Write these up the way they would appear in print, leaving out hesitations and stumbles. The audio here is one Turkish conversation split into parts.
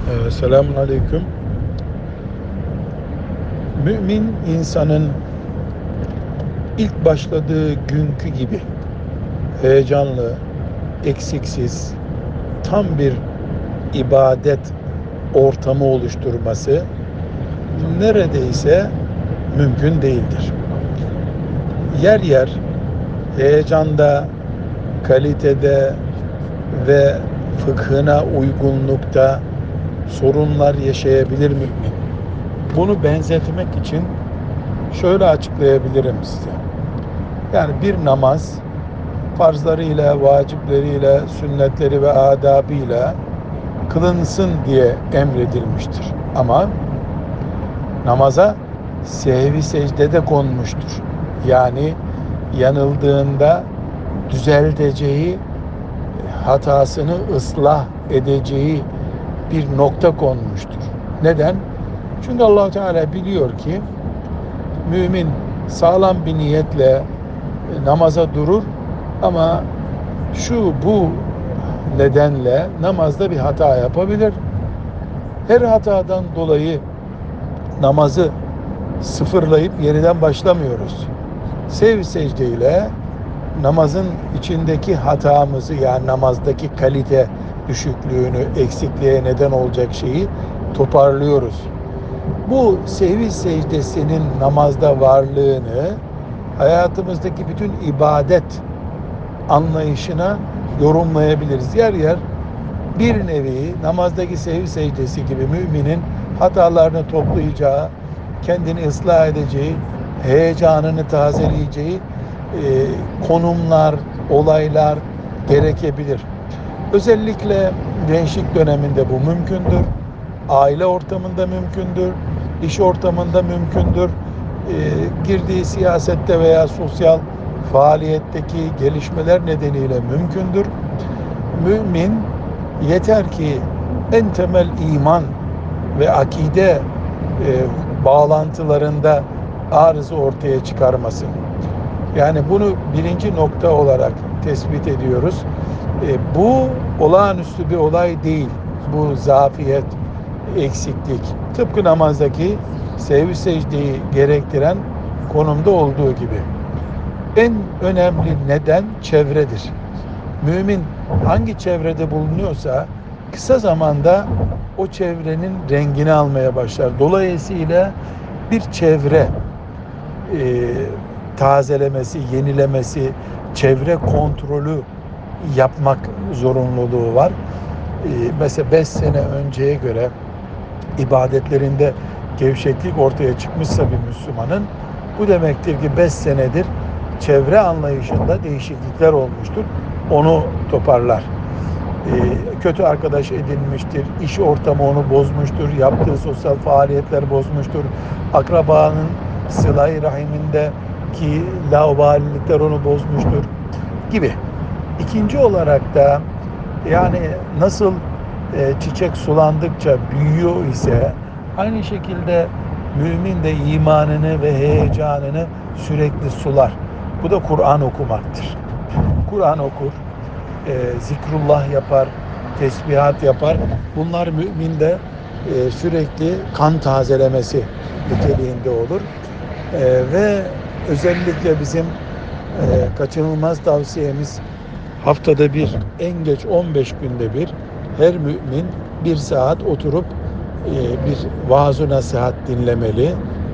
Selamun Aleyküm. Mümin insanın ilk başladığı günkü gibi heyecanlı, eksiksiz, tam bir ibadet ortamı oluşturması neredeyse mümkün değildir. Yer yer heyecanda, kalitede ve fıkhına uygunlukta sorunlar yaşayabilir mümin. Bunu benzetmek için şöyle açıklayabilirim size. Yani bir namaz farzlarıyla, vacipleriyle, sünnetleri ve adabıyla kılınsın diye emredilmiştir. Ama namaza sehvi secdede konmuştur. Yani yanıldığında düzelteceği, hatasını ıslah edeceği bir nokta konmuştur. Neden? Çünkü Allah Teala biliyor ki mümin sağlam bir niyetle namaza durur ama şu bu nedenle namazda bir hata yapabilir. Her hatadan dolayı namazı sıfırlayıp yeniden başlamıyoruz. Sev secdeyle namazın içindeki hatamızı, yani namazdaki kalite düşüklüğünü, eksikliğe neden olacak şeyi toparlıyoruz. Bu sehvi secdesinin namazda varlığını hayatımızdaki bütün ibadet anlayışına yorumlayabiliriz. Yer yer bir nevi namazdaki sehvi secdesi gibi müminin hatalarını toplayacağı, kendini ıslah edeceği, heyecanını tazeleyeceği konumlar, olaylar gerekebilir. Özellikle gençlik döneminde bu mümkündür. Aile ortamında mümkündür. İş ortamında mümkündür. Girdiği siyasette veya sosyal faaliyetteki gelişmeler nedeniyle mümkündür. Mümin yeter ki en temel iman ve akide bağlantılarında arıza ortaya çıkarmasın. Yani bunu birinci nokta olarak tespit ediyoruz. Bu olağanüstü bir olay değil. Bu zafiyet, eksiklik. Tıpkı namazdaki sehvi secdeyi gerektiren konumda olduğu gibi. En önemli neden çevredir. Mümin hangi çevrede bulunuyorsa kısa zamanda o çevrenin rengini almaya başlar. Dolayısıyla bir çevre tazelemesi, yenilemesi, çevre kontrolü yapmak zorunluluğu var. Mesela 5 sene önceye göre ibadetlerinde gevşeklik ortaya çıkmışsa bir Müslümanın, bu demektir ki 5 senedir çevre anlayışında değişiklikler olmuştur. Onu toparlar. Kötü arkadaş edinmiştir, iş ortamı onu bozmuştur, yaptığı sosyal faaliyetler bozmuştur, akrabanın sıla-i rahimindeki laubalilikler onu bozmuştur gibi. İkinci olarak da yani nasıl çiçek sulandıkça büyüyor ise aynı şekilde mümin de imanını ve heyecanını sürekli sular. Bu da Kur'an okumaktır. Kur'an okur, zikrullah yapar, tesbihat yapar. Bunlar müminde sürekli kan tazelemesi niteliğinde olur. Ve özellikle bizim kaçınılmaz tavsiyemiz haftada bir, en geç 15 günde bir her mümin 1 saat oturup bir vaaz-ı nasihat dinlemeli.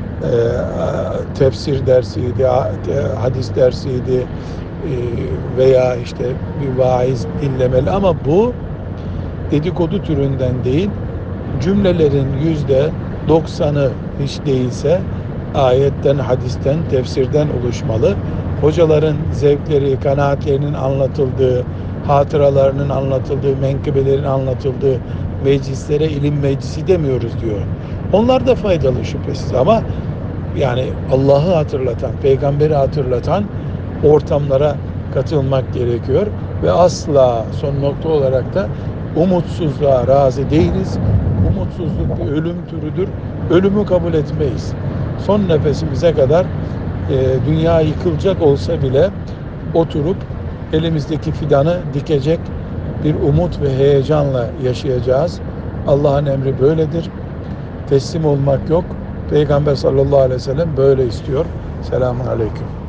Tefsir dersiydi, hadis dersiydi veya işte bir vaiz dinlemeli, ama bu dedikodu türünden değil, cümlelerin %90'ı hiç değilse ayetten, hadisten, tefsirden oluşmalı. Hocaların zevkleri, kanaatlerinin anlatıldığı, hatıralarının anlatıldığı, menkıbelerin anlatıldığı meclislere ilim meclisi demiyoruz diyor. Onlar da faydalı şüphesiz, ama yani Allah'ı hatırlatan, peygamberi hatırlatan ortamlara katılmak gerekiyor ve asla son nokta olarak da umutsuzluğa razı değiliz. Umutsuzluk bir ölüm türüdür. Ölümü kabul etmeyiz. Son nefesimize kadar dünya yıkılacak olsa bile oturup elimizdeki fidanı dikecek bir umut ve heyecanla yaşayacağız. Allah'ın emri böyledir. Teslim olmak yok. Peygamber sallallahu aleyhi ve sellem böyle istiyor. Selamun aleyküm.